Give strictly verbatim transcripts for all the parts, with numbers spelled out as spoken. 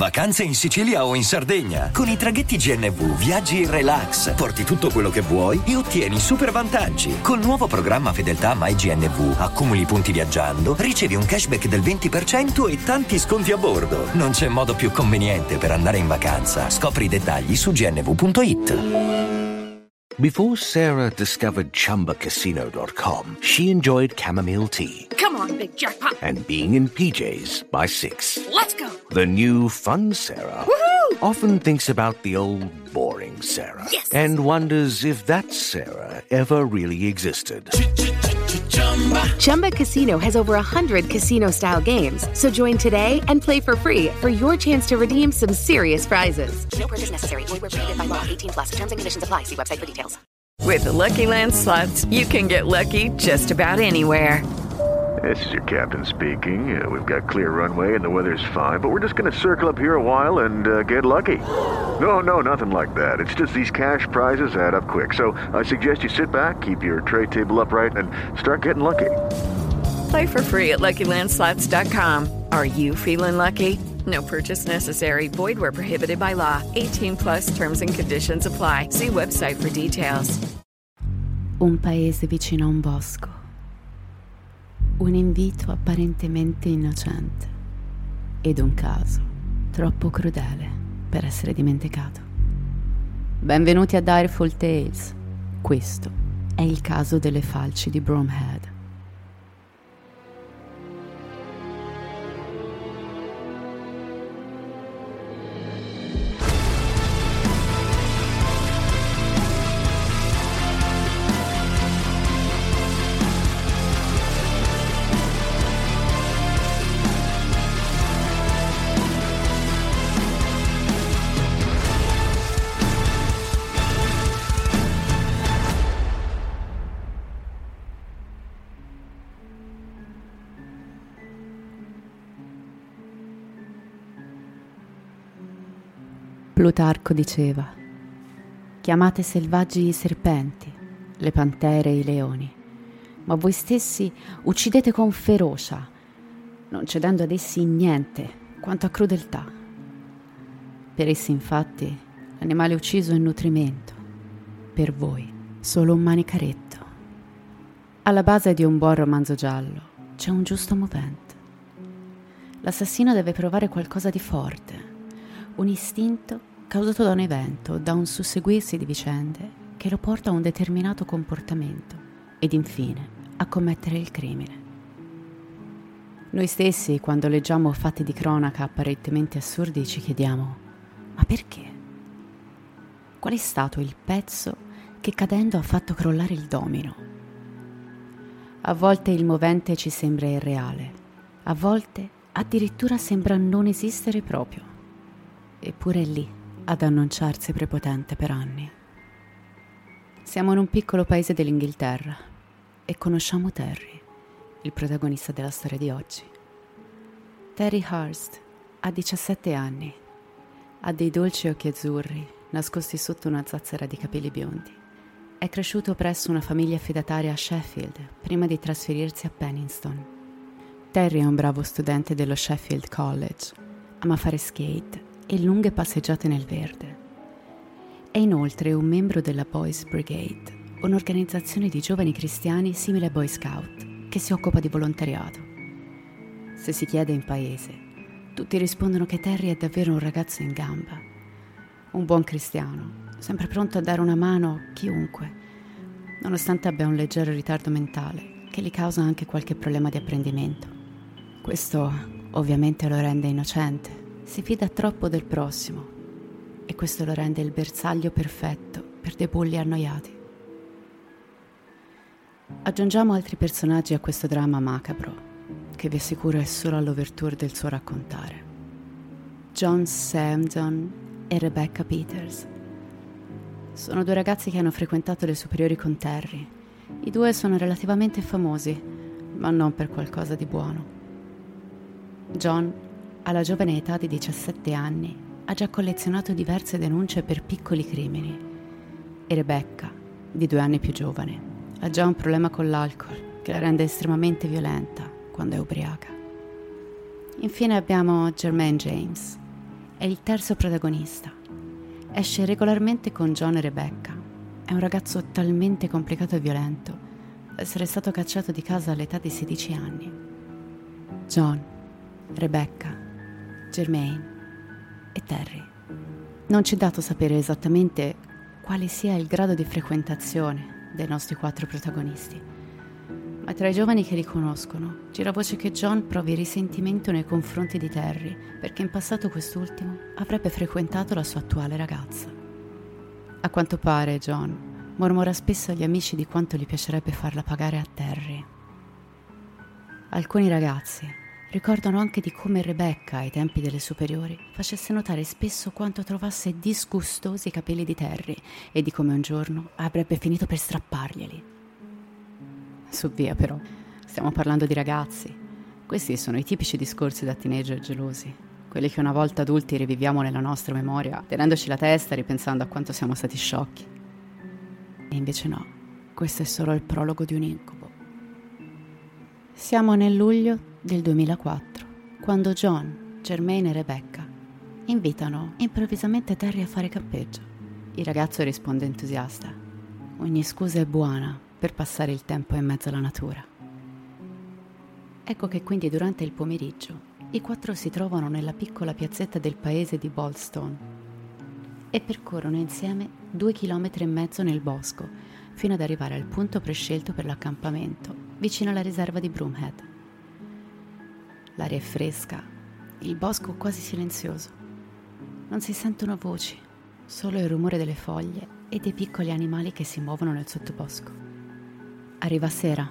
Vacanze in Sicilia o in Sardegna. Con i traghetti G N V viaggi in relax, porti tutto quello che vuoi e ottieni super vantaggi. Col nuovo programma Fedeltà MyGNV accumuli punti viaggiando, ricevi un cashback del venti per cento e tanti sconti a bordo. Non c'è modo più conveniente per andare in vacanza. Scopri i dettagli su g n v punto i t. Before Sarah discovered Chumba Casino dot com, she enjoyed chamomile tea. Come on, big jackpot. And being in P Js by six. Let's go. The new fun Sarah Woohoo! often thinks about the old boring Sarah. Yes. And wonders if that Sarah ever really existed. Chumba Casino has over one hundred casino-style games. So join today and play for free for your chance to redeem some serious prizes. No purchase necessary. Void where prohibited by law. eighteen plus. Terms and conditions apply. See website for details. With the Lucky Land Slots, you can get lucky just about anywhere. This is your captain speaking. Uh, we've got clear runway and the weather's fine, but we're just going to circle up here a while and uh, get lucky. No, no, nothing like that. It's just these cash prizes add up quick. So I suggest you sit back, keep your tray table upright, and start getting lucky. Play for free at lucky land slots dot com. Are you feeling lucky? No purchase necessary. Void where prohibited by law. eighteen plus terms and conditions apply. See website for details. Un paese vicino a un bosco. Un invito apparentemente innocente. Ed un caso troppo crudele per essere dimenticato. Benvenuti a Direful Tales. Questo è il caso delle falci di Bromhead. Plutarco diceva: chiamate selvaggi i serpenti, le pantere e i leoni, ma voi stessi uccidete con ferocia, non cedendo ad essi niente quanto a crudeltà. Per essi, infatti, l'animale ucciso è nutrimento, per voi solo un manicaretto. Alla base di un buon romanzo giallo c'è un giusto movente. L'assassino deve provare qualcosa di forte, un istinto causato da un evento, da un susseguirsi di vicende che lo porta a un determinato comportamento ed infine a commettere il crimine. Noi stessi, quando leggiamo fatti di cronaca apparentemente assurdi, ci chiediamo: ma perché? Qual è stato il pezzo che cadendo ha fatto crollare il domino? A volte il movente ci sembra irreale, a volte addirittura sembra non esistere proprio. Eppure è lì ad annunciarsi prepotente per anni. Siamo in un piccolo paese dell'Inghilterra e conosciamo Terry, il protagonista della storia di oggi. Terry Hurst ha diciassette anni, ha dei dolci occhi azzurri nascosti sotto una zazzera di capelli biondi. È cresciuto presso una famiglia affidataria a Sheffield prima di trasferirsi a Penistone. Terry è un bravo studente dello Sheffield College, ama fare skate e lunghe passeggiate nel verde. È inoltre un membro della Boys Brigade, un'organizzazione di giovani cristiani simile ai Boy Scout, che si occupa di volontariato. Se si chiede in paese, tutti rispondono che Terry è davvero un ragazzo in gamba, un buon cristiano, sempre pronto a dare una mano a chiunque, nonostante abbia un leggero ritardo mentale che gli causa anche qualche problema di apprendimento. Questo ovviamente lo rende innocente. Si fida troppo del prossimo e questo lo rende il bersaglio perfetto per dei bulli annoiati. Aggiungiamo altri personaggi a questo dramma macabro, che vi assicuro è solo all'ouverture del suo raccontare. John Samden e Rebecca Peters. Sono due ragazzi che hanno frequentato le superiori con Terry. I due sono relativamente famosi, ma non per qualcosa di buono. John, alla giovane età di diciassette anni, ha già collezionato diverse denunce per piccoli crimini e Rebecca, di due anni più giovane, ha già un problema con l'alcol che la rende estremamente violenta quando è ubriaca. Infine abbiamo Jermaine James. è il terzo protagonista. Esce regolarmente con John e Rebecca. È un ragazzo talmente complicato e violento da essere stato cacciato di casa all'età di sedici anni. John, Rebecca, Jermaine e Terry. Non ci è dato sapere esattamente quale sia il grado di frequentazione dei nostri quattro protagonisti, ma tra i giovani che li conoscono gira voce che John provi risentimento nei confronti di Terry perché in passato quest'ultimo avrebbe frequentato la sua attuale ragazza. A quanto pare John mormora spesso agli amici di quanto gli piacerebbe farla pagare a Terry. Alcuni ragazzi ricordano anche di come Rebecca, ai tempi delle superiori, facesse notare spesso quanto trovasse disgustosi i capelli di Terry e di come un giorno avrebbe finito per strapparglieli. Su via però, stiamo parlando di ragazzi. Questi sono i tipici discorsi da teenager gelosi, quelli che una volta adulti riviviamo nella nostra memoria, tenendoci la testa e ripensando a quanto siamo stati sciocchi. E invece no, questo è solo il prologo di un incubo. Siamo nel luglio del duemilaquattro, quando John, Jermaine e Rebecca invitano improvvisamente Terry a fare campeggio. Il ragazzo risponde entusiasta. Ogni scusa è buona per passare il tempo in mezzo alla natura. Ecco che quindi durante il pomeriggio i quattro si trovano nella piccola piazzetta del paese di Boldstone e percorrono insieme due chilometri e mezzo nel bosco fino ad arrivare al punto prescelto per l'accampamento vicino alla riserva di Broomhead. L'aria è fresca, il bosco quasi silenzioso. Non si sentono voci, solo il rumore delle foglie e dei piccoli animali che si muovono nel sottobosco. Arriva sera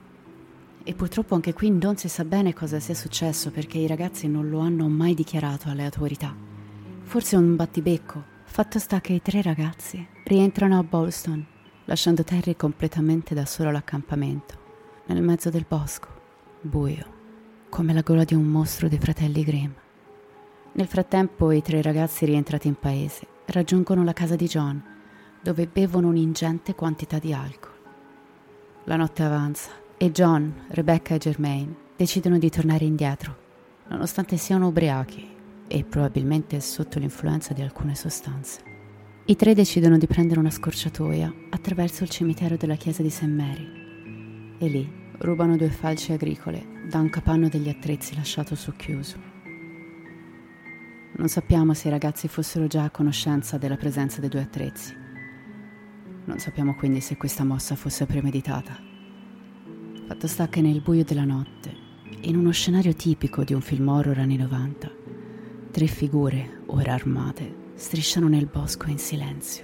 e purtroppo anche qui non si sa bene cosa sia successo perché i ragazzi non lo hanno mai dichiarato alle autorità. Forse un battibecco. Fatto sta che i tre ragazzi rientrano a Boldstone, lasciando Terry completamente da solo all'accampamento, nel mezzo del bosco, buio, come la gola di un mostro dei fratelli Grimm. Nel frattempo i tre ragazzi rientrati in paese raggiungono la casa di John, dove bevono un'ingente quantità di alcol. La notte avanza e John, Rebecca e Jermaine decidono di tornare indietro, nonostante siano ubriachi e probabilmente sotto l'influenza di alcune sostanze. I tre decidono di prendere una scorciatoia attraverso il cimitero della chiesa di Saint Mary e lì rubano due falci agricole da un capanno degli attrezzi lasciato socchiuso. Non sappiamo se i ragazzi fossero già a conoscenza della presenza dei due attrezzi. Non sappiamo quindi se questa mossa fosse premeditata. Fatto sta che nel buio della notte, in uno scenario tipico di un film horror anni novanta, tre figure, ora armate, strisciano nel bosco in silenzio.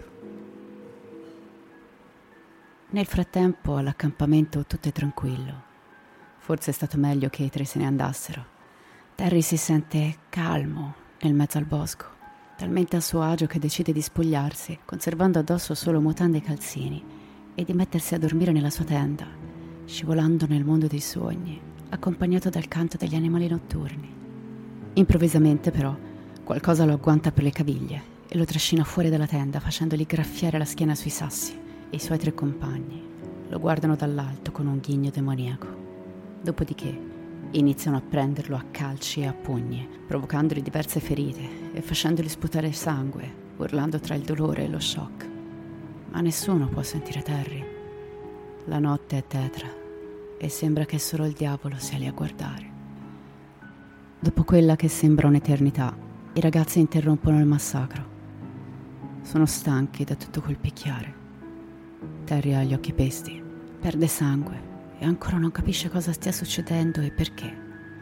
Nel frattempo all'accampamento tutto è tranquillo. Forse è stato meglio che i tre se ne andassero. Terry si sente calmo nel mezzo al bosco, talmente a suo agio che decide di spogliarsi, conservando addosso solo mutande e calzini, e di mettersi a dormire nella sua tenda, scivolando nel mondo dei sogni, accompagnato dal canto degli animali notturni. Improvvisamente, però, qualcosa lo agguanta per le caviglie e lo trascina fuori dalla tenda, facendogli graffiare la schiena sui sassi, e i suoi tre compagni lo guardano dall'alto con un ghigno demoniaco. Dopodiché iniziano a prenderlo a calci e a pugni, provocandogli diverse ferite e facendogli sputare sangue, urlando tra il dolore e lo shock. Ma nessuno può sentire Terry. La notte è tetra e sembra che solo il diavolo sia lì a guardare. Dopo quella che sembra un'eternità, i ragazzi interrompono il massacro. Sono stanchi da tutto quel picchiare. Terry ha gli occhi pesti, perde sangue e ancora non capisce cosa stia succedendo e perché.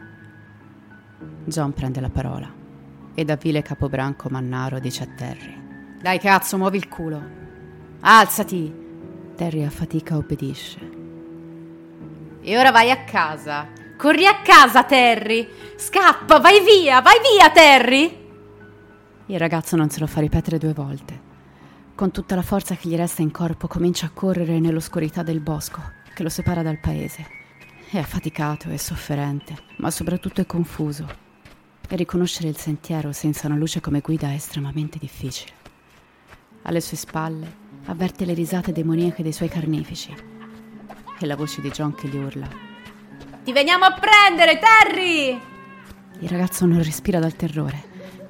John prende la parola e da vile capobranco mannaro dice a Terry: «Dai cazzo, muovi il culo! Alzati!» Terry a fatica obbedisce. «E ora vai a casa! Corri a casa, Terry! Scappa, vai via, vai via, Terry!» Il ragazzo non se lo fa ripetere due volte. Con tutta la forza che gli resta in corpo comincia a correre nell'oscurità del bosco che lo separa dal paese. È affaticato e sofferente, ma soprattutto è confuso. E riconoscere il sentiero senza una luce come guida è estremamente difficile. Alle sue spalle avverte le risate demoniache dei suoi carnefici e la voce di John che gli urla: «Ti veniamo a prendere, Terry!» Il ragazzo non respira dal terrore.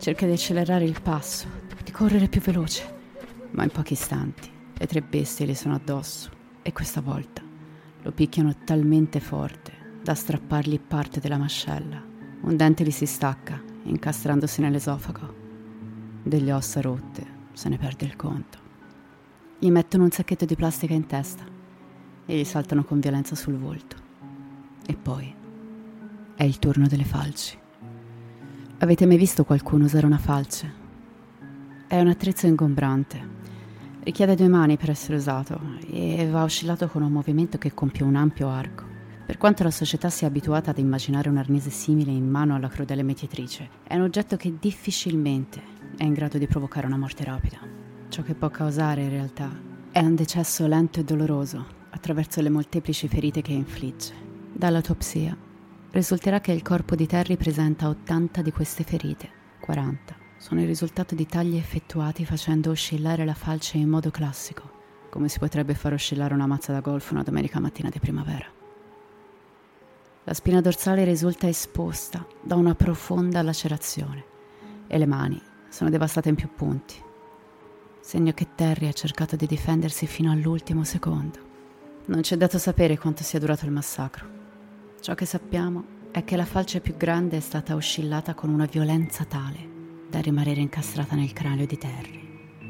Cerca di accelerare il passo, di correre più veloce, ma in pochi istanti le tre bestie gli sono addosso e questa volta lo picchiano talmente forte da strappargli parte della mascella. Un dente gli si stacca, incastrandosi nell'esofago. Delle ossa rotte, se ne perde il conto. Gli mettono un sacchetto di plastica in testa e gli saltano con violenza sul volto. E poi è il turno delle falci. Avete mai visto qualcuno usare una falce? È un attrezzo ingombrante. Richiede due mani per essere usato e va oscillato con un movimento che compie un ampio arco. Per quanto la società sia abituata ad immaginare un arnese simile in mano alla crudele mietitrice, è un oggetto che difficilmente è in grado di provocare una morte rapida. Ciò che può causare in realtà è un decesso lento e doloroso attraverso le molteplici ferite che infligge. Dall'autopsia risulterà che il corpo di Terry presenta ottanta di queste ferite, quaranta sono il risultato di tagli effettuati facendo oscillare la falce in modo classico, come si potrebbe far oscillare una mazza da golf una domenica mattina di primavera. La spina dorsale risulta esposta da una profonda lacerazione e le mani sono devastate in più punti, segno che Terry ha cercato di difendersi fino all'ultimo secondo. Non c'è dato sapere quanto sia durato il massacro. Ciò che sappiamo è che la falce più grande è stata oscillata con una violenza tale da rimanere incastrata nel cranio di Terry.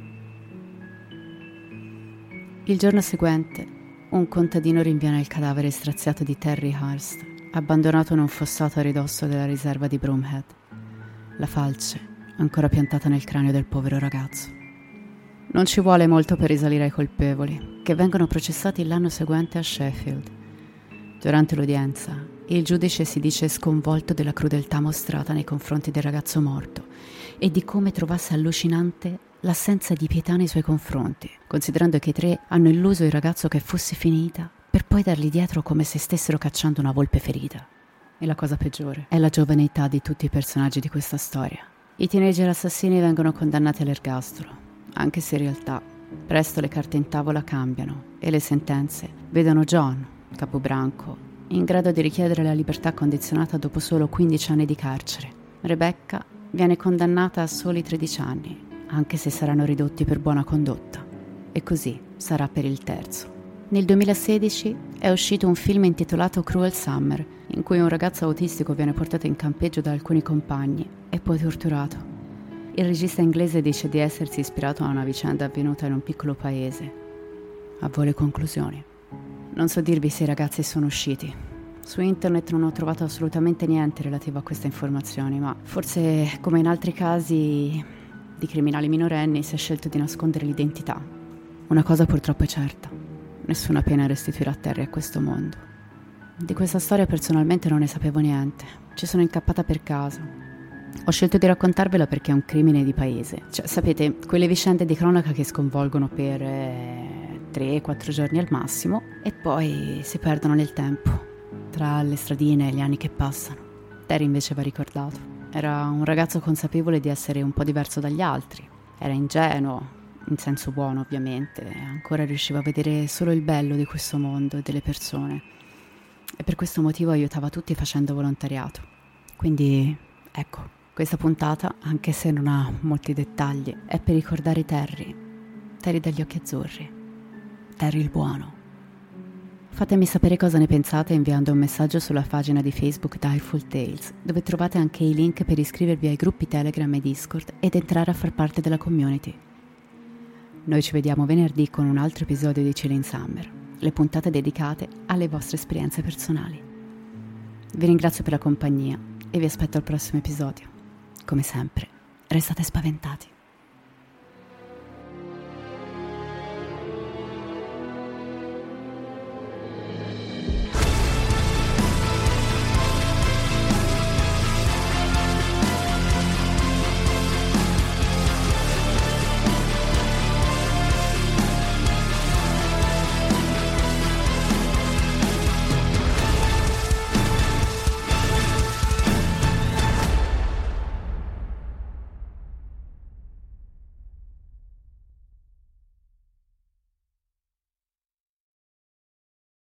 Il giorno seguente, un contadino rinviene il cadavere straziato di Terry Hurst, abbandonato in un fossato a ridosso della riserva di Broomhead. La falce ancora piantata nel cranio del povero ragazzo. Non ci vuole molto per risalire ai colpevoli, che vengono processati l'anno seguente a Sheffield. Durante l'udienza, il giudice si dice sconvolto della crudeltà mostrata nei confronti del ragazzo morto e di come trovasse allucinante l'assenza di pietà nei suoi confronti, considerando che i tre hanno illuso il ragazzo che fosse finita per poi dargli dietro come se stessero cacciando una volpe ferita. E la cosa peggiore è la giovane età di tutti i personaggi di questa storia. I teenager assassini vengono condannati all'ergastolo, anche se in realtà presto le carte in tavola cambiano e le sentenze vedono John, capobranco, in grado di richiedere la libertà condizionata dopo solo quindici anni di carcere. Rebecca viene condannata a soli tredici anni, anche se saranno ridotti per buona condotta. E così sarà per il terzo. Nel duemilasedici è uscito un film intitolato Cruel Summer, in cui un ragazzo autistico viene portato in campeggio da alcuni compagni e poi torturato. Il regista inglese dice di essersi ispirato a una vicenda avvenuta in un piccolo paese. A voi le conclusioni. Non so dirvi se i ragazzi sono usciti. Su internet non ho trovato assolutamente niente relativo a queste informazioni, ma forse, come in altri casi di criminali minorenni, si è scelto di nascondere l'identità. Una cosa purtroppo è certa: nessuna pena restituirà Terry a questo mondo. Di questa storia personalmente non ne sapevo niente. Ci sono incappata per caso. Ho scelto di raccontarvela perché è un crimine di paese. Cioè, sapete, quelle vicende di cronaca che sconvolgono per eh, tre quattro giorni al massimo e poi si perdono nel tempo, tra le stradine e gli anni che passano. Terry invece va ricordato. Era un ragazzo consapevole di essere un po' diverso dagli altri. Era ingenuo, in senso buono ovviamente, e ancora riusciva a vedere solo il bello di questo mondo e delle persone. E per questo motivo aiutava tutti facendo volontariato. Quindi, ecco, questa puntata, anche se non ha molti dettagli, è per ricordare Terry. Terry dagli occhi azzurri. Terry il buono. Fatemi sapere cosa ne pensate inviando un messaggio sulla pagina di Facebook Direful Tales, dove trovate anche i link per iscrivervi ai gruppi Telegram e Discord ed entrare a far parte della community. Noi ci vediamo venerdì con un altro episodio di Chilling Summer, le puntate dedicate alle vostre esperienze personali. Vi ringrazio per la compagnia e vi aspetto al prossimo episodio. Come sempre, restate spaventati.